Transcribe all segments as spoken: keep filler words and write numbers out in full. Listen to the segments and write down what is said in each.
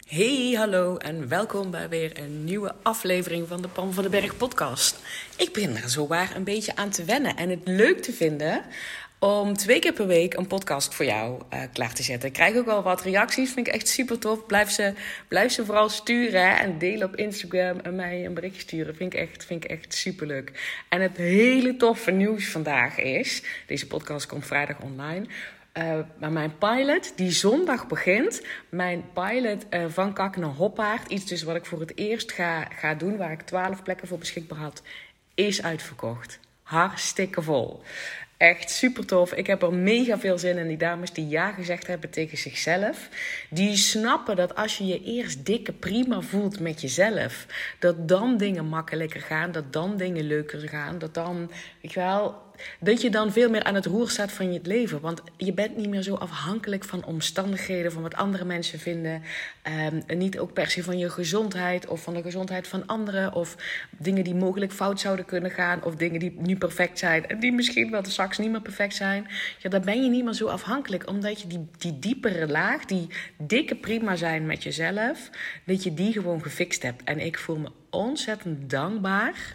Hey, hallo en welkom bij weer een nieuwe aflevering van de Pam van den Berg podcast. Ik ben er zowaar een beetje aan te wennen en het leuk te vinden om twee keer per week een podcast voor jou uh, klaar te zetten. Ik krijg ook wel wat reacties, vind ik echt super tof. Blijf ze, blijf ze vooral sturen hè, en delen op Instagram en mij een berichtje sturen. Vind ik echt, vind ik echt super leuk. En het hele toffe nieuws vandaag is, deze podcast komt vrijdag online. Uh, maar mijn pilot, die zondag begint, mijn pilot uh, van Kak naar Hoppaard, iets dus wat ik voor het eerst ga, ga doen, waar ik twaalf plekken voor beschikbaar had, is uitverkocht. Hartstikke vol. Echt super tof. Ik heb er mega veel zin in. Die dames die ja gezegd hebben tegen zichzelf, die snappen dat als je je eerst dikke prima voelt met jezelf, dat dan dingen makkelijker gaan, dat dan dingen leuker gaan, dat dan, weet je wel, dat je dan veel meer aan het roer staat van je leven. Want je bent niet meer zo afhankelijk van omstandigheden, van wat andere mensen vinden. Um, en niet ook per se van je gezondheid of van de gezondheid van anderen. Of dingen die mogelijk fout zouden kunnen gaan. Of dingen die nu perfect zijn en die misschien wel straks niet meer perfect zijn. Ja, dan ben je niet meer zo afhankelijk. Omdat je die, die diepere laag, die dikke prima zijn met jezelf, dat je die gewoon gefixt hebt. En ik voel me ontzettend dankbaar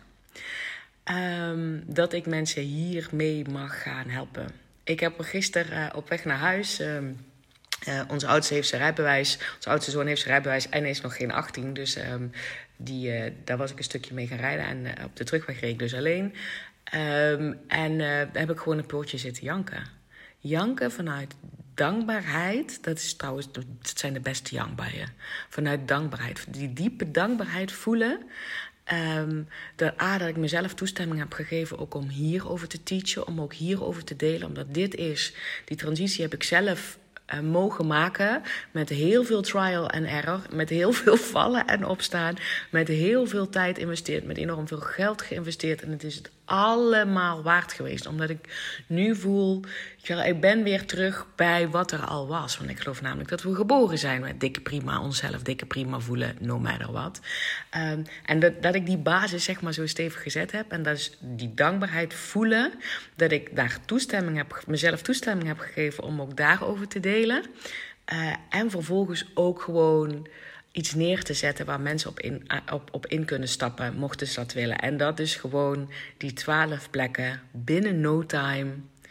Um, dat ik mensen hiermee mag gaan helpen. Ik heb er gisteren uh, op weg naar huis. Um, uh, onze oudste heeft zijn rijbewijs. Onze oudste zoon heeft zijn rijbewijs en hij is nog geen achttien. Dus um, die, uh, daar was ik een stukje mee gaan rijden. En uh, op de terugweg reed ik dus alleen. Um, en uh, daar heb ik gewoon een poortje zitten janken. Janken vanuit dankbaarheid. Dat is trouwens, dat zijn de beste jankbuien. Vanuit dankbaarheid. Die diepe dankbaarheid voelen. Um, dat, A, dat ik mezelf toestemming heb gegeven ook om hierover te teachen, om ook hierover te delen, omdat dit is, die transitie heb ik zelf uh, mogen maken met heel veel trial en error, met heel veel vallen en opstaan, met heel veel tijd geïnvesteerd, met enorm veel geld geïnvesteerd en het is het allemaal waard geweest, omdat ik nu voel, ik ben weer terug bij wat er al was. Want ik geloof namelijk dat we geboren zijn met dikke prima, onszelf dikke prima voelen, no matter what. Um, en dat, dat ik die basis zeg maar zo stevig gezet heb. En dat is die dankbaarheid voelen, dat ik daar toestemming heb, mezelf toestemming heb gegeven om ook daarover te delen. Uh, en vervolgens ook gewoon iets neer te zetten waar mensen op in, op, op in kunnen stappen, mochten ze dat willen. En dat is gewoon die twaalf plekken binnen no time.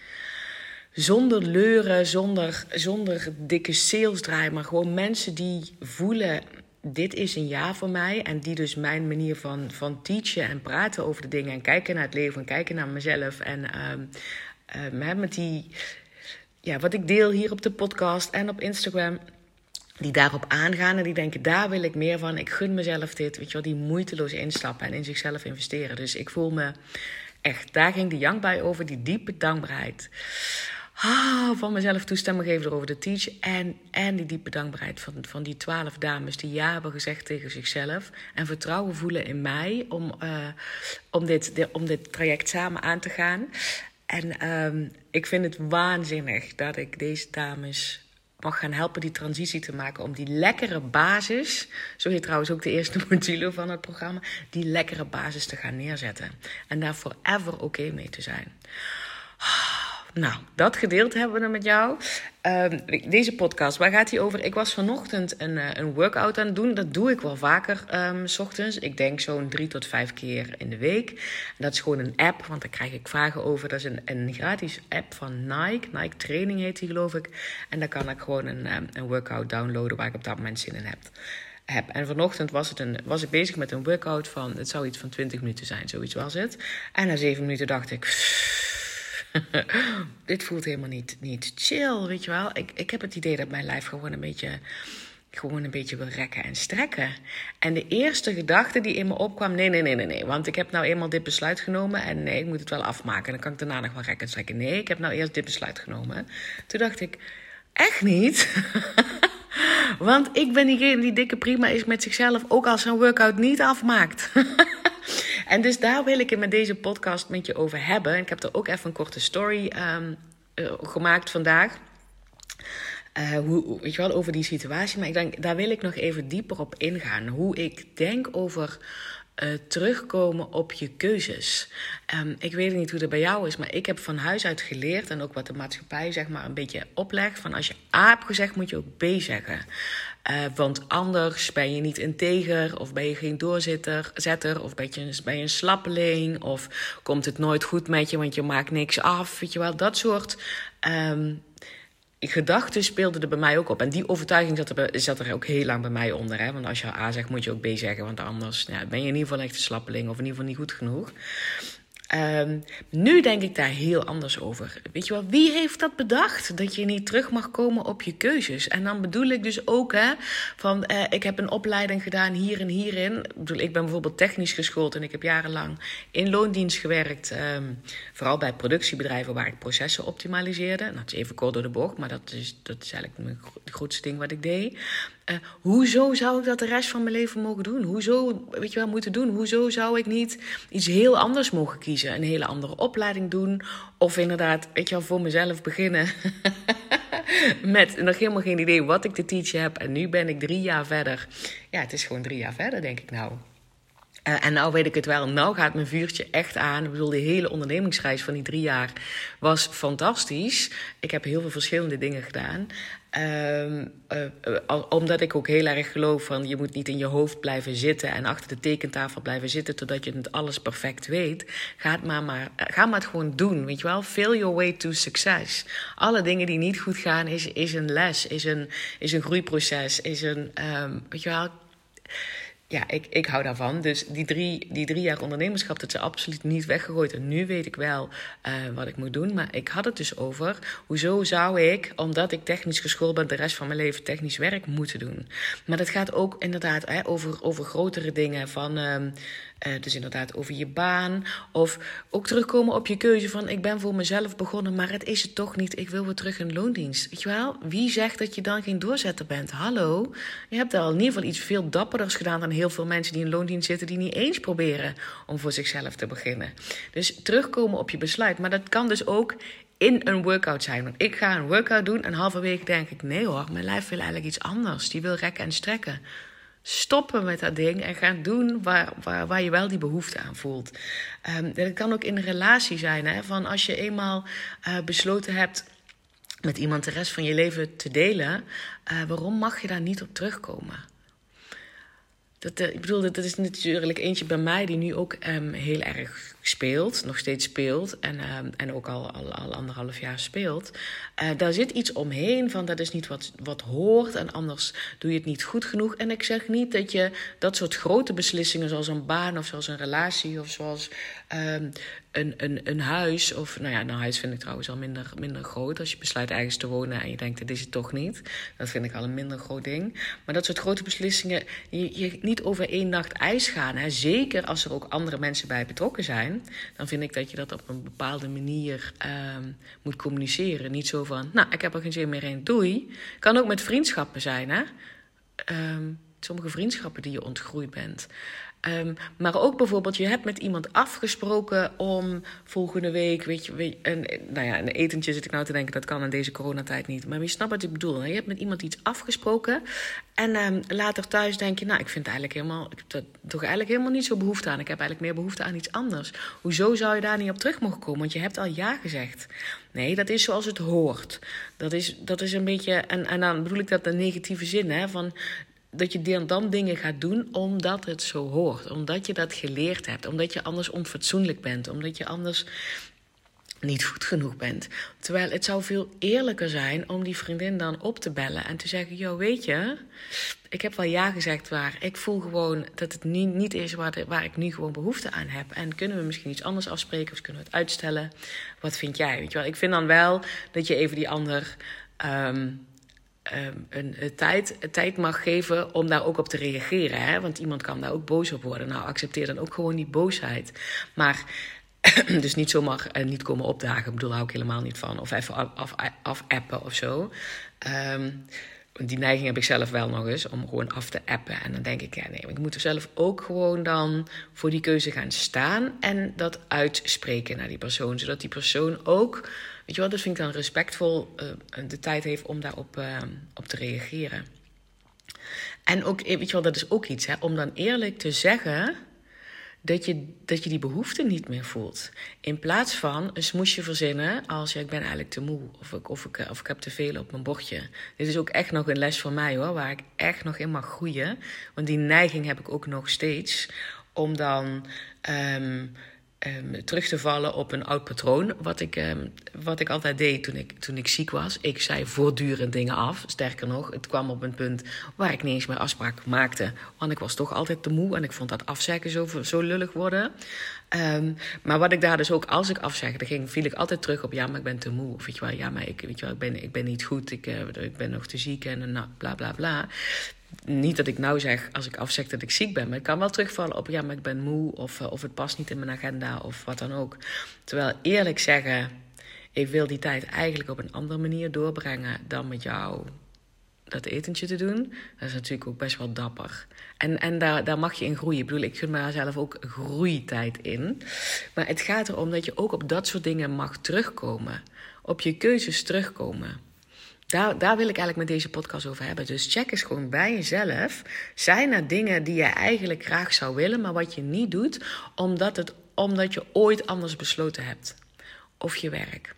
Zonder leuren, zonder, zonder dikke sales draaien, maar gewoon mensen die voelen, dit is een ja voor mij. En die dus mijn manier van, van teachen en praten over de dingen en kijken naar het leven en kijken naar mezelf. En um, um, met die, ja, wat ik deel hier op de podcast en op Instagram, die daarop aangaan en die denken, daar wil ik meer van. Ik gun mezelf dit, weet je wel, die moeiteloos instappen en in zichzelf investeren. Dus ik voel me echt, daar ging de jankbui over, die diepe dankbaarheid. Ah, van mezelf toestemming geven erover te teachen. En, en die diepe dankbaarheid van, van die twaalf dames die ja hebben gezegd tegen zichzelf. En vertrouwen voelen in mij om, uh, om, dit, de, om dit traject samen aan te gaan. En um, ik vind het waanzinnig dat ik deze dames mag gaan helpen die transitie te maken om die lekkere basis, zo heet trouwens ook de eerste module van het programma, die lekkere basis te gaan neerzetten. En daar forever oké okay mee te zijn. Nou, dat gedeeld hebben we dan met jou. Um, deze podcast, waar gaat die over? Ik was vanochtend een, uh, een workout aan het doen. Dat doe ik wel vaker um, 's ochtends. Ik denk zo'n drie tot vijf keer in de week. En dat is gewoon een app, want daar krijg ik vragen over. Dat is een, een gratis app van Nike. Nike Training heet die, geloof ik. En daar kan ik gewoon een, um, een workout downloaden waar ik op dat moment zin in heb. heb. En vanochtend was, het een, was ik bezig met een workout van, het zou iets van twintig minuten zijn, zoiets was het. En na zeven minuten dacht ik, dit voelt helemaal niet, niet chill, weet je wel. Ik, ik heb het idee dat mijn lijf gewoon een beetje, gewoon een beetje wil rekken en strekken. En de eerste gedachte die in me opkwam, nee, nee, nee, nee, nee. Want ik heb nou eenmaal dit besluit genomen en nee, ik moet het wel afmaken. Dan kan ik daarna nog wel rekken en strekken. Nee, ik heb nou eerst dit besluit genomen. Toen dacht ik, echt niet? Want ik ben diegene die dikke prima is met zichzelf, ook als zijn workout niet afmaakt. En dus daar wil ik het met deze podcast met je over hebben. En ik heb er ook even een korte story um, uh, gemaakt vandaag. Uh, hoe, weet je wel, over die situatie. Maar ik denk, daar wil ik nog even dieper op ingaan. Hoe ik denk over uh, terugkomen op je keuzes. Um, ik weet niet hoe dat bij jou is, maar ik heb van huis uit geleerd, en ook wat de maatschappij zeg maar een beetje oplegt, van als je A hebt gezegd, moet je ook B zeggen. Uh, want anders ben je niet integer, of ben je geen doorzitter, zetter, of ben je, ben je een slappeling, of komt het nooit goed met je, want je maakt niks af, weet je wel, dat soort um, gedachten speelden er bij mij ook op. En die overtuiging zat er, zat er ook heel lang bij mij onder, hè? Want als je A zegt, moet je ook B zeggen, want anders ja, ben je in ieder geval echt een slappeling, of in ieder geval niet goed genoeg. Um, nu denk ik daar heel anders over. Weet je wel, wie heeft dat bedacht? Dat je niet terug mag komen op je keuzes. En dan bedoel ik dus ook, hè, van uh, ik heb een opleiding gedaan hier en hierin. Ik bedoel, ik ben bijvoorbeeld technisch geschoold en ik heb jarenlang in loondienst gewerkt. Um, vooral bij productiebedrijven waar ik processen optimaliseerde. Nou, dat is even kort door de bocht, maar dat is, dat is eigenlijk het grootste ding wat ik deed. Uh, hoezo zou ik dat de rest van mijn leven mogen doen? Hoezo, weet je wel, moeten doen? Hoezo zou ik niet iets heel anders mogen kiezen? Een hele andere opleiding doen? Of inderdaad, weet je wel, voor mezelf beginnen. Met nog helemaal geen idee wat ik te teachen heb. En nu ben ik drie jaar verder. Ja, het is gewoon drie jaar verder, denk ik nou. Uh, en nou weet ik het wel. Nou gaat mijn vuurtje echt aan. Ik bedoel, de hele ondernemingsreis van die drie jaar was fantastisch. Ik heb heel veel verschillende dingen gedaan. Uh, uh, uh, omdat ik ook heel erg geloof van je moet niet in je hoofd blijven zitten en achter de tekentafel blijven zitten totdat je het alles perfect weet. Ga het maar, maar, uh, ga maar het gewoon doen, weet je wel. Feel your way to success. Alle dingen die niet goed gaan is, is een les, is een, is een groeiproces, is een, um, weet je wel. Ja, ik, ik hou daarvan. Dus die drie, die drie jaar ondernemerschap, dat is absoluut niet weggegooid. En nu weet ik wel uh, wat ik moet doen. Maar ik had het dus over, hoezo zou ik, omdat ik technisch geschoold ben, de rest van mijn leven technisch werk moeten doen. Maar dat gaat ook inderdaad hè, over, over grotere dingen van... Uh, Uh, dus inderdaad over je baan. Of ook terugkomen op je keuze van... ik ben voor mezelf begonnen, maar het is het toch niet. Ik wil weer terug in loondienst. Weet je wel? Wie zegt dat je dan geen doorzetter bent? Hallo? Je hebt al in ieder geval iets veel dapperders gedaan... dan heel veel mensen die in loondienst zitten... die niet eens proberen om voor zichzelf te beginnen. Dus terugkomen op je besluit. Maar dat kan dus ook... in een workout zijn. Want ik ga een workout doen en halverwege denk ik... nee hoor, mijn lijf wil eigenlijk iets anders. Die wil rekken en strekken. Stoppen met dat ding en gaan doen waar, waar, waar je wel die behoefte aan voelt. Um, dat kan ook in een relatie zijn. Hè? Van als je eenmaal uh, besloten hebt met iemand de rest van je leven te delen... Uh, waarom mag je daar niet op terugkomen? Dat, uh, ik bedoel, dat, dat is natuurlijk eentje bij mij die nu ook um, heel erg speelt. Nog steeds speelt. En, um, en ook al, al, al anderhalf jaar speelt. Uh, daar zit iets omheen van dat is niet wat, wat hoort. En anders doe je het niet goed genoeg. En ik zeg niet dat je dat soort grote beslissingen zoals een baan of zoals een relatie of zoals um, een, een, een huis. Of nou ja, een huis vind ik trouwens al minder, minder groot. Als je besluit ergens te wonen en je denkt dit is het toch niet. Dat vind ik al een minder groot ding. Maar dat soort grote beslissingen, je, je niet over één nacht ijs gaan. Hè. Zeker als er ook andere mensen bij betrokken zijn. Dan vind ik dat je dat op een bepaalde manier um, moet communiceren. Niet zo van, nou, ik heb er geen zin meer in, doei. Kan ook met vriendschappen zijn, hè. Um, sommige vriendschappen die je ontgroeid bent. Um, maar ook bijvoorbeeld, je hebt met iemand afgesproken om volgende week, weet je, weet, een, nou ja, een etentje zit ik nou te denken, dat kan in deze coronatijd niet. Maar je snapt wat ik bedoel. Hè? Je hebt met iemand iets afgesproken en um, later thuis denk je, nou, ik vind eigenlijk helemaal, ik heb er toch eigenlijk helemaal niet zo behoefte aan. Ik heb eigenlijk meer behoefte aan iets anders. Hoezo zou je daar niet op terug mogen komen? Want je hebt al ja gezegd. Nee, dat is zoals het hoort. Dat is, dat is een beetje, en, en dan bedoel ik dat in negatieve zin, hè, van... dat je dan dingen gaat doen omdat het zo hoort. Omdat je dat geleerd hebt. Omdat je anders onfatsoenlijk bent. Omdat je anders niet goed genoeg bent. Terwijl het zou veel eerlijker zijn om die vriendin dan op te bellen. En te zeggen, joh, weet je, ik heb wel ja gezegd waar. Ik voel gewoon dat het niet, niet is waar, de, waar ik nu gewoon behoefte aan heb. En kunnen we misschien iets anders afspreken of kunnen we het uitstellen? Wat vind jij? Weet je wel? Ik vind dan wel dat je even die ander... Um, Um, een, een, tijd, een tijd mag geven om daar ook op te reageren. Hè? Want iemand kan daar ook boos op worden. Nou, accepteer dan ook gewoon die boosheid. Maar dus niet zomaar uh, niet komen opdagen. Ik bedoel, daar hou ik helemaal niet van. Of even af, af, af appen of zo. Um, die neiging heb ik zelf wel nog eens om gewoon af te appen. En dan denk ik, ja nee, ik moet er zelf ook gewoon dan voor die keuze gaan staan. En dat uitspreken naar die persoon. Zodat die persoon ook... Weet je wel, dat vind ik dan respectvol uh, de tijd heeft om daarop uh, op te reageren. En ook, weet je wel, dat is ook iets, hè, om dan eerlijk te zeggen dat je, dat je die behoefte niet meer voelt. In plaats van een smoesje verzinnen als ja, ik ben eigenlijk te moe of ik, of, ik, of ik heb te veel op mijn bordje. Dit is ook echt nog een les voor mij hoor, waar ik echt nog in mag groeien. Want die neiging heb ik ook nog steeds om dan Um, Um, terug te vallen op een oud patroon. Wat ik, um, wat ik altijd deed toen ik, toen ik ziek was. Ik zei voortdurend dingen af. Sterker nog, het kwam op een punt waar ik niet eens meer afspraken maakte. Want ik was toch altijd te moe. En ik vond dat afzeggen zo, zo lullig worden. Um, maar wat ik daar dus ook, als ik afzegde, ging, viel ik altijd terug op ja, maar ik ben te moe. Of weet je wel, ja, maar ik, weet je wel, ik, ben, ik ben niet goed. Ik, uh, ik ben nog te ziek en uh, bla bla bla. Niet dat ik nou zeg, als ik afzeg dat ik ziek ben. Maar ik kan wel terugvallen op, ja, maar ik ben moe. Of, uh, of het past niet in mijn agenda. Of wat dan ook. Terwijl eerlijk zeggen, ik wil die tijd eigenlijk op een andere manier doorbrengen dan met jou dat etentje te doen. Dat is natuurlijk ook best wel dapper. En, en daar, daar mag je in groeien. Ik bedoel, ik gun mezelf ook groeitijd in. Maar het gaat erom dat je ook op dat soort dingen mag terugkomen. Op je keuzes terugkomen. Daar, daar wil ik eigenlijk met deze podcast over hebben. Dus check eens gewoon bij jezelf. Zijn er dingen die je eigenlijk graag zou willen, maar wat je niet doet, omdat, het, omdat je ooit anders besloten hebt? Of je werk.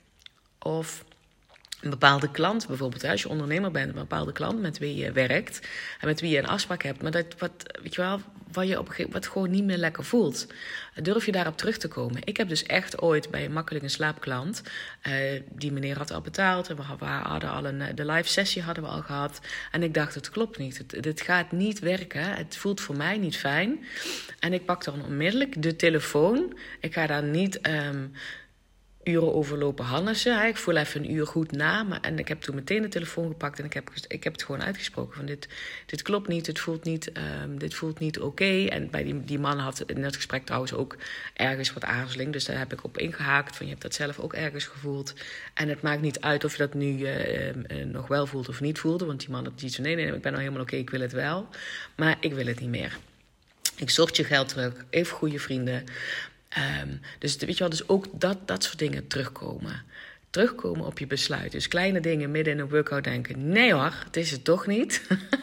Of een bepaalde klant bijvoorbeeld. Als je ondernemer bent, een bepaalde klant met wie je werkt en met wie je een afspraak hebt, maar dat wat, weet je wel, wat je op een gegeven moment gewoon niet meer lekker voelt. Durf je daarop terug te komen? Ik heb dus echt ooit bij een makkelijk een slaapklant, uh, die meneer had al betaald, en we hadden al een, de live sessie hadden we al gehad. En ik dacht, het klopt niet. Het, het gaat niet werken. Het voelt voor mij niet fijn. En ik pak dan onmiddellijk de telefoon. Ik ga daar niet Um, uren overlopen Hannessen. Ik voel even een uur goed na. Maar, en ik heb toen meteen de telefoon gepakt en ik heb, ik heb het gewoon uitgesproken. Van dit, dit klopt niet, dit voelt niet, um, dit voelt niet oké. Okay. En bij die, die man had in het gesprek trouwens ook ergens wat aarzeling. Dus daar heb ik op ingehaakt. Van je hebt dat zelf ook ergens gevoeld. En het maakt niet uit of je dat nu uh, uh, nog wel voelt of niet voelde. Want die man had iets van nee, nee, ik ben nou helemaal oké, okay, ik wil het wel. Maar ik wil het niet meer. Ik zocht je geld terug. Even goede vrienden. Um, dus weet je wel, dus ook dat, dat soort dingen terugkomen. Terugkomen op je besluit. Dus kleine dingen midden in een workout denken. Nee hoor, het is het toch niet.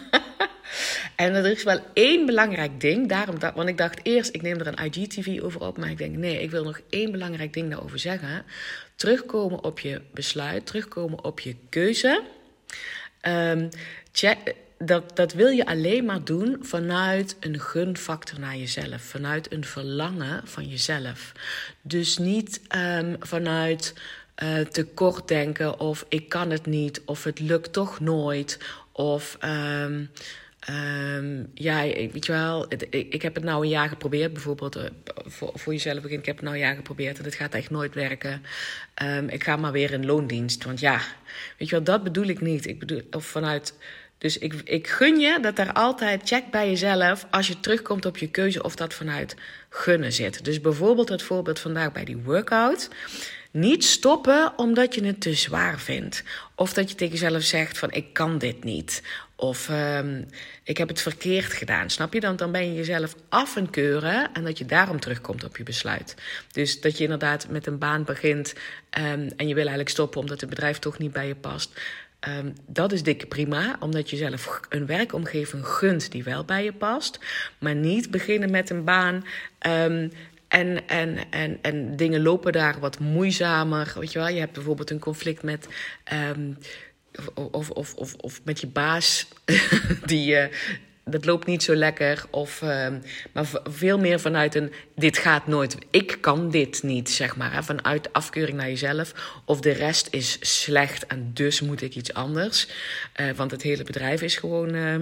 En er is wel één belangrijk ding. Daarom dat, want ik dacht eerst, ik neem er een I G T V over op. Maar ik denk, nee, ik wil nog één belangrijk ding daarover zeggen. Terugkomen op je besluit. Terugkomen op je keuze. Um, check... Dat, dat wil je alleen maar doen vanuit een gunfactor naar jezelf. Vanuit een verlangen van jezelf. Dus niet um, vanuit uh, tekort denken of ik kan het niet. Of het lukt toch nooit. Of um, um, ja, weet je wel. Het, ik, ik heb het nou een jaar geprobeerd. Bijvoorbeeld uh, voor, voor jezelf begin. Ik heb het nou een jaar geprobeerd en het gaat echt nooit werken. Um, ik ga maar weer in loondienst. Want ja, weet je wel, dat bedoel ik niet. Ik bedoel, of vanuit... Dus ik, ik gun je dat daar altijd, check bij jezelf, als je terugkomt op je keuze, of dat vanuit gunnen zit. Dus bijvoorbeeld het voorbeeld vandaag bij die workout. Niet stoppen omdat je het te zwaar vindt. Of dat je tegen jezelf zegt van ik kan dit niet. Of um, ik heb het verkeerd gedaan. Snap je dan? Dan ben je jezelf af en keuren en dat je daarom terugkomt op je besluit. Dus dat je inderdaad met een baan begint um, en je wil eigenlijk stoppen omdat het bedrijf toch niet bij je past. Um, dat is dik prima, omdat je zelf een werkomgeving gunt die wel bij je past. Maar niet beginnen met een baan um, en, en, en, en dingen lopen daar wat moeizamer. Weet je wel, je hebt bijvoorbeeld een conflict met... Um, of, of, of, of met je baas die... Uh, dat loopt niet zo lekker. Of, uh, maar veel meer vanuit een... dit gaat nooit. Ik kan dit niet, zeg maar. Hè, vanuit afkeuring naar jezelf. Of de rest is slecht en dus moet ik iets anders. Uh, want het hele bedrijf is gewoon... Uh,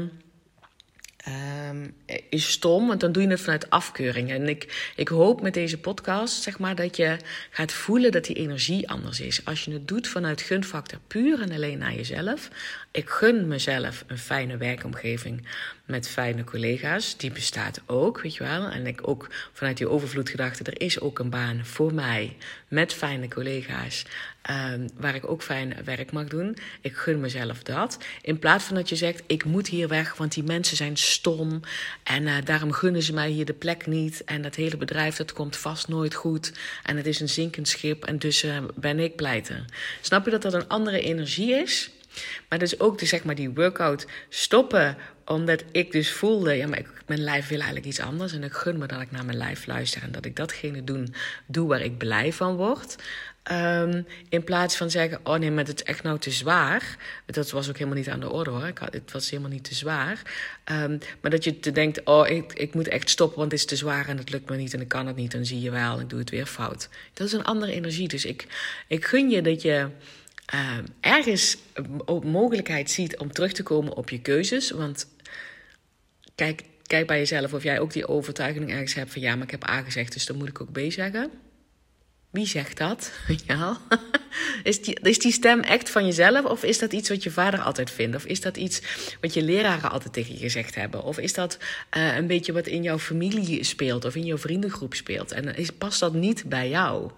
Um, is stom, want dan doe je het vanuit afkeuring. En ik, ik hoop met deze podcast, zeg maar, dat je gaat voelen dat die energie anders is. Als je het doet vanuit gunfactor puur en alleen naar jezelf. Ik gun mezelf een fijne werkomgeving met fijne collega's. Die bestaat ook, weet je wel. En ik ook vanuit die overvloedgedachte, er is ook een baan voor mij met fijne collega's. Um, waar ik ook fijn werk mag doen. Ik gun mezelf dat. In plaats van dat je zegt, ik moet hier weg, want die mensen zijn stom. En uh, daarom gunnen ze mij hier de plek niet. En dat hele bedrijf, dat komt vast nooit goed. En het is een zinkend schip en dus uh, ben ik pleiten. Snap je dat dat een andere energie is? Maar dus ook de, zeg maar, die workout stoppen, omdat ik dus voelde, ja, maar ik, mijn lijf wil eigenlijk iets anders. En ik gun me dat ik naar mijn lijf luister en dat ik datgene doen, doe waar ik blij van word. Um, in plaats van zeggen, oh nee, maar het is echt nou te zwaar. Dat was ook helemaal niet aan de orde hoor. Ik had, het was helemaal niet te zwaar. Um, maar dat je te denkt, oh, ik, ik moet echt stoppen, want het is te zwaar en het lukt me niet en ik kan het niet. Dan zie je wel, ik doe het weer fout. Dat is een andere energie. Dus ik, ik gun je dat je uh, ergens een mogelijkheid ziet om terug te komen op je keuzes. Want kijk, kijk bij jezelf of jij ook die overtuiging ergens hebt van ja, maar ik heb A gezegd, dus dan moet ik ook B zeggen. Wie zegt dat? Ja. Is die, is die stem echt van jezelf? Of is dat iets wat je vader altijd vindt? Of is dat iets wat je leraren altijd tegen je gezegd hebben? Of is dat uh, een beetje wat in jouw familie speelt? Of in jouw vriendengroep speelt? En is, past dat niet bij jou?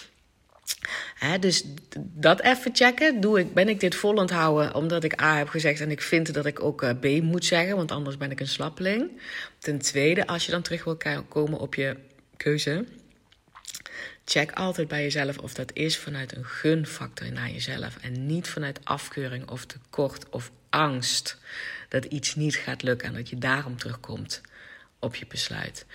Hè, dus dat even checken. Doe ik, ben ik dit vol onthouden omdat ik A heb gezegd en ik vind dat ik ook uh, B moet zeggen, want anders ben ik een slappeling. Ten tweede, als je dan terug wil komen op je keuze, check altijd bij jezelf of dat is vanuit een gunfactor naar jezelf en niet vanuit afkeuring of tekort of angst dat iets niet gaat lukken en dat je daarom terugkomt op je besluit.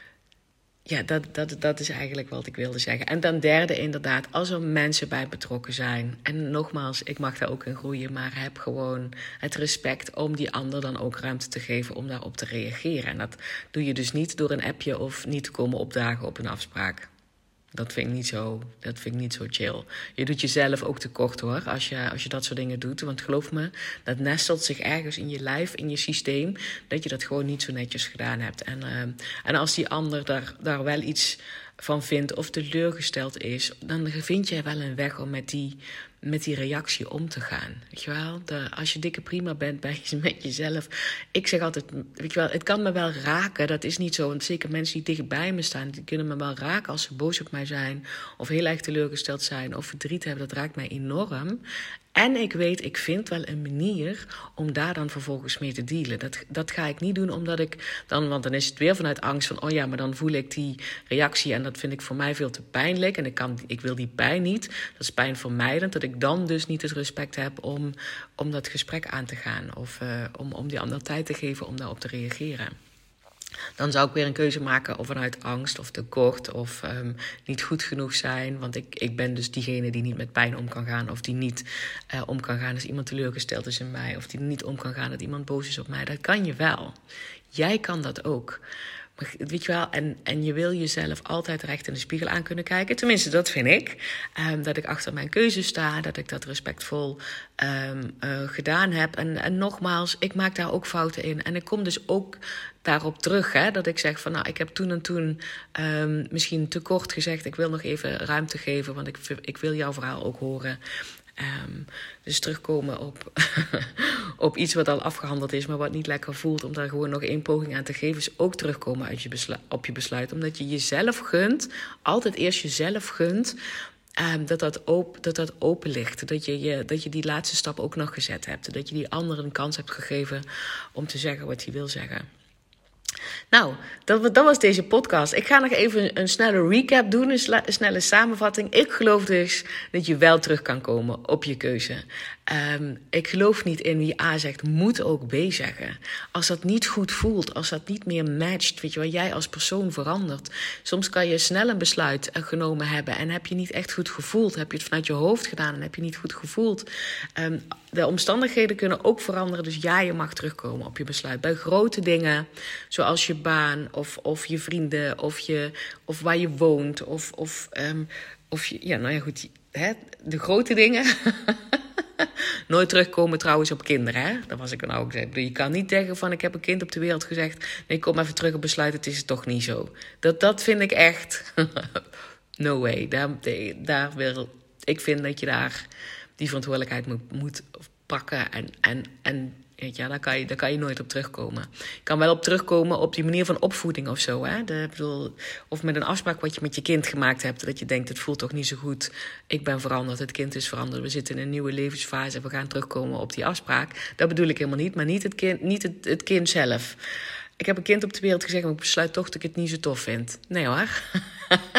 Ja, dat, dat, dat is eigenlijk wat ik wilde zeggen. En dan derde inderdaad, als er mensen bij betrokken zijn. En nogmaals, ik mag daar ook in groeien, maar heb gewoon het respect om die ander dan ook ruimte te geven om daarop te reageren. En dat doe je dus niet door een appje of niet te komen opdagen op een afspraak. Dat vind ik niet zo, dat vind ik niet zo chill. Je doet jezelf ook tekort hoor, als je, als je dat soort dingen doet. Want geloof me, dat nestelt zich ergens in je lijf, in je systeem, dat je dat gewoon niet zo netjes gedaan hebt. En, uh, en als die ander daar, daar wel iets van vindt of teleurgesteld is, dan vind jij wel een weg om met die, met die reactie om te gaan. Weet je wel? De, als je dikke prima bent bij, met jezelf. Ik zeg altijd, weet je wel, het kan me wel raken. Dat is niet zo. Want zeker mensen die dichtbij me staan, die kunnen me wel raken als ze boos op mij zijn. Of heel erg teleurgesteld zijn. Of verdriet hebben. Dat raakt mij enorm. En ik weet, ik vind wel een manier om daar dan vervolgens mee te dealen. Dat, dat ga ik niet doen omdat ik dan, want dan is het weer vanuit angst van, oh ja, maar dan voel ik die reactie en dat vind ik voor mij veel te pijnlijk. En ik, kan, ik wil die pijn niet. Dat is pijnvermijdend. Dat ik dan dus niet het respect heb om, om dat gesprek aan te gaan. Of uh, om, om die ander tijd te geven om daarop te reageren. Dan zou ik weer een keuze maken of vanuit angst of tekort of um, niet goed genoeg zijn. Want ik, ik ben dus diegene die niet met pijn om kan gaan. Of die niet uh, om kan gaan als iemand teleurgesteld is in mij. Of die niet om kan gaan dat iemand boos is op mij. Dat kan je wel. Jij kan dat ook. Maar weet je wel, en, en je wil jezelf altijd recht in de spiegel aan kunnen kijken. Tenminste, dat vind ik. Um, dat ik achter mijn keuze sta. Dat ik dat respectvol um, uh, gedaan heb. En, en nogmaals, ik maak daar ook fouten in. En ik kom dus ook daarop terug. Hè, dat ik zeg van, nou, ik heb toen en toen um, misschien te kort gezegd. Ik wil nog even ruimte geven, want ik, ik wil jouw verhaal ook horen. Um, dus terugkomen op, op iets wat al afgehandeld is, maar wat niet lekker voelt, om daar gewoon nog één poging aan te geven, is ook terugkomen uit je beslu- op je besluit. Omdat je jezelf gunt, altijd eerst jezelf gunt, um, dat, dat, op, dat dat open ligt. Dat je, je, dat je die laatste stap ook nog gezet hebt. Dat je die anderen een kans hebt gegeven om te zeggen wat hij wil zeggen. Nou, dat, dat was deze podcast. Ik ga nog even een snelle recap doen, een, sla, een snelle samenvatting. Ik geloof dus dat je wel terug kan komen op je keuze. Um, ik geloof niet in wie A zegt, moet ook B zeggen. Als dat niet goed voelt, als dat niet meer matcht, weet je wel, jij als persoon verandert. Soms kan je snel een besluit genomen hebben en heb je niet echt goed gevoeld. Heb je het vanuit je hoofd gedaan en heb je niet goed gevoeld. Um, de omstandigheden kunnen ook veranderen, dus ja, je mag terugkomen op je besluit. Bij grote dingen, zoals je baan of, of je vrienden of, je, of waar je woont of, of, um, of je, ja, nou ja, goed, hè, de grote dingen. Nooit terugkomen trouwens op kinderen, hè? Dat was ik dan ook. Je kan niet zeggen van, ik heb een kind op de wereld gezegd, nee, ik kom even terug op besluit, het is toch niet zo. Dat, dat vind ik echt, no way. Daar, daar wil, ik vind dat je daar die verantwoordelijkheid moet, moet pakken en, en, en weet je, daar kan je, daar kan je nooit op terugkomen. Je kan wel op terugkomen op die manier van opvoeding of zo. Hè? De, bedoel, of met een afspraak wat je met je kind gemaakt hebt. Dat je denkt, het voelt toch niet zo goed. Ik ben veranderd, het kind is veranderd. We zitten in een nieuwe levensfase en we gaan terugkomen op die afspraak. Dat bedoel ik helemaal niet, maar niet het kind, niet het, het kind zelf. Ik heb een kind op de wereld gezegd, maar ik besluit toch dat ik het niet zo tof vind. Nee hoor.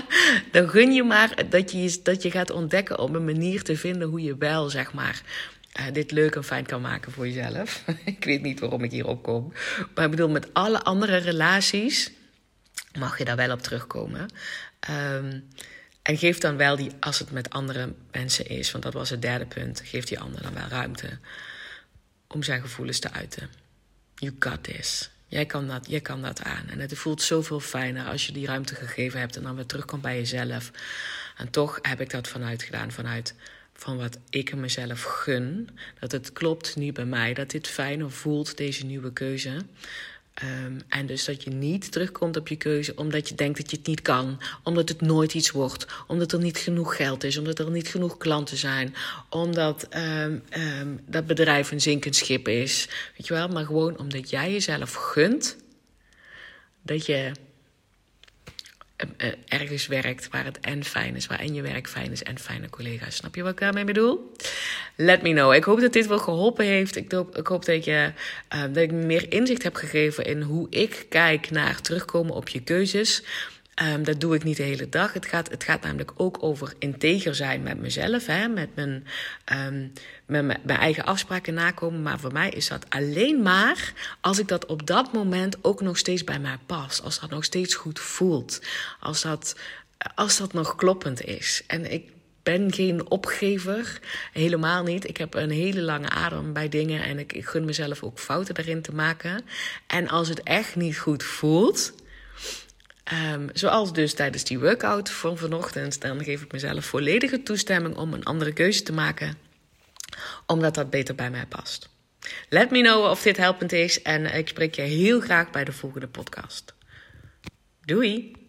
Dan gun je maar dat je, dat je gaat ontdekken om een manier te vinden hoe je wel, zeg maar, uh, dit leuk en fijn kan maken voor jezelf. Ik weet niet waarom ik hierop kom. Maar ik bedoel, met alle andere relaties mag je daar wel op terugkomen. Um, en geef dan wel die, als het met andere mensen is, want dat was het derde punt, geef die ander dan wel ruimte om zijn gevoelens te uiten. You got this. Jij kan dat, jij kan dat aan. En het voelt zoveel fijner als je die ruimte gegeven hebt en dan weer terugkomt bij jezelf. En toch heb ik dat vanuit gedaan, vanuit van wat ik mezelf gun. Dat het klopt niet bij mij, dat dit fijner voelt, deze nieuwe keuze. Um, en dus dat je niet terugkomt op je keuze omdat je denkt dat je het niet kan. Omdat het nooit iets wordt. Omdat er niet genoeg geld is. Omdat er niet genoeg klanten zijn. Omdat um, um, dat bedrijf een zinkend schip is. Weet je wel? Maar gewoon omdat jij jezelf gunt dat je uh, uh, ergens werkt waar het en fijn is. Waarin je werk fijn is en fijne collega's. Snap je wat ik daarmee bedoel? Let me know. Ik hoop dat dit wel geholpen heeft. Ik hoop, ik hoop dat, je, uh, dat ik meer inzicht heb gegeven in hoe ik kijk naar terugkomen op je keuzes. Um, dat doe ik niet de hele dag. Het gaat, het gaat namelijk ook over integer zijn met mezelf. Hè? Met, mijn, um, met mijn, mijn eigen afspraken nakomen. Maar voor mij is dat alleen maar als ik dat op dat moment ook nog steeds bij mij past. Als dat nog steeds goed voelt. Als dat, als dat nog kloppend is. En ik ben geen opgever, helemaal niet. Ik heb een hele lange adem bij dingen en ik, ik gun mezelf ook fouten daarin te maken. En als het echt niet goed voelt, um, zoals dus tijdens die workout van vanochtend, dan geef ik mezelf volledige toestemming om een andere keuze te maken, omdat dat beter bij mij past. Let me know of dit helpend is en ik spreek je heel graag bij de volgende podcast. Doei!